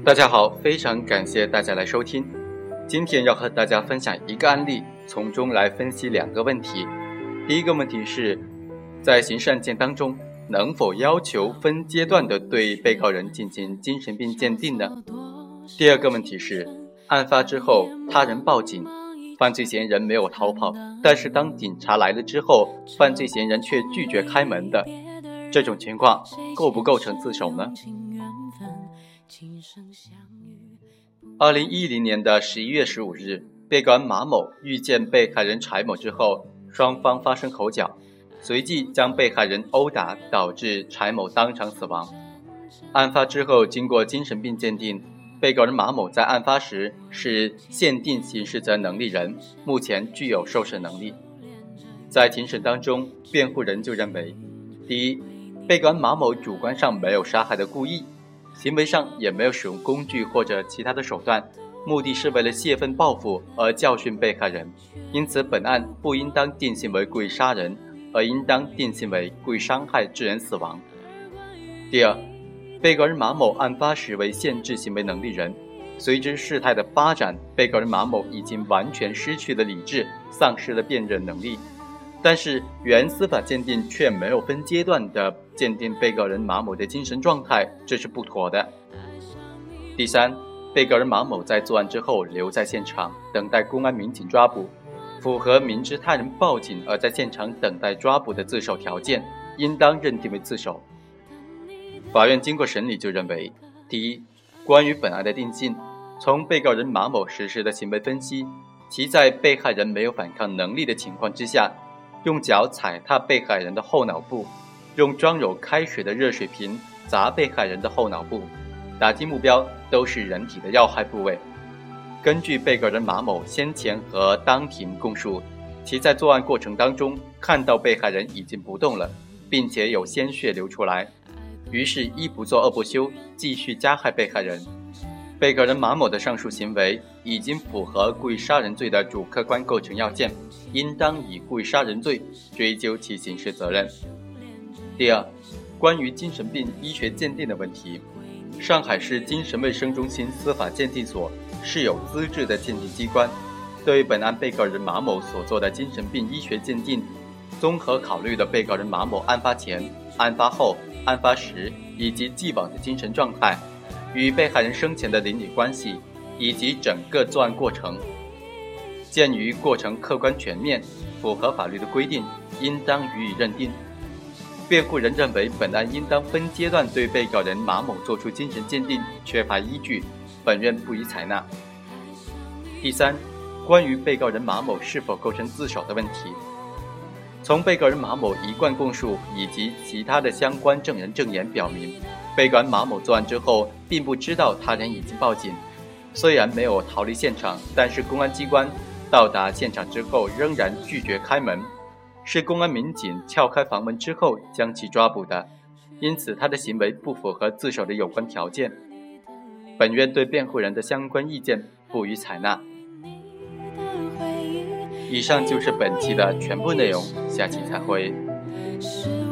大家好，非常感谢大家来收听。今天要和大家分享一个案例，从中来分析两个问题。第一个问题是，在刑事案件当中，能否要求分阶段的对被告人进行精神病鉴定呢？第二个问题是，案发之后他人报警，犯罪嫌疑人没有逃跑，但是当警察来了之后，犯罪嫌疑人却拒绝开门的，这种情况构不构成自首呢？2010年的11月15日，被告人马某遇见被害人柴某之后，双方发生口角，随即将被害人殴打，导致柴某当场死亡。案发之后，经过精神病鉴定，被告人马某在案发时是限定刑事责任能力人，目前具有受审能力。在庭审当中，辩护人就认为，第一，被告人马某主观上没有杀害的故意，行为上也没有使用工具或者其他的手段，目的是为了泄愤报复而教训被害人，因此本案不应当定性为故意杀人，而应当定性为故意伤害致人死亡。第二，被告人马某案发时为限制行为能力人，随之事态的发展，被告人马某已经完全失去了理智，丧失了辨认能力。但是原司法鉴定却没有分阶段的鉴定被告人马某的精神状态，这是不妥的。第三，被告人马某在作案之后留在现场等待公安民警抓捕，符合明知他人报警而在现场等待抓捕的自首条件，应当认定为自首。法院经过审理就认为，第一，关于本案的定性，从被告人马某实施的行为分析，其在被害人没有反抗能力的情况之下，用脚踩踏被害人的后脑部，用装有开水的热水瓶砸被害人的后脑部，打击目标都是人体的要害部位。根据被告人马某先前和当庭供述，其在作案过程当中看到被害人已经不动了，并且有鲜血流出来，于是一不做二不休，继续加害被害人。被告人马某的上述行为已经符合故意杀人罪的主客观构成要件，应当以故意杀人罪追究其刑事责任。第二，关于精神病医学鉴定的问题，上海市精神卫生中心司法鉴定所是有资质的鉴定机关，对本案被告人马某所做的精神病医学鉴定，综合考虑了被告人马某案发前、案发后、案发时以及既往的精神状态，与被害人生前的邻里关系以及整个作案过程，鉴于过程客观全面，符合法律的规定，应当予以认定。辩护人认为本案应当分阶段对被告人马某作出精神鉴定，缺乏依据，本院不予采纳。第三，关于被告人马某是否构成自首的问题，从被告人马某一贯供述以及其他的相关证人证言表明，被告人马某作案之后并不知道他人已经报警，虽然没有逃离现场，但是公安机关到达现场之后仍然拒绝开门，是公安民警撬开房门之后将其抓捕的，因此他的行为不符合自首的有关条件。本院对辩护人的相关意见不予采纳。以上就是本期的全部内容，下期再会。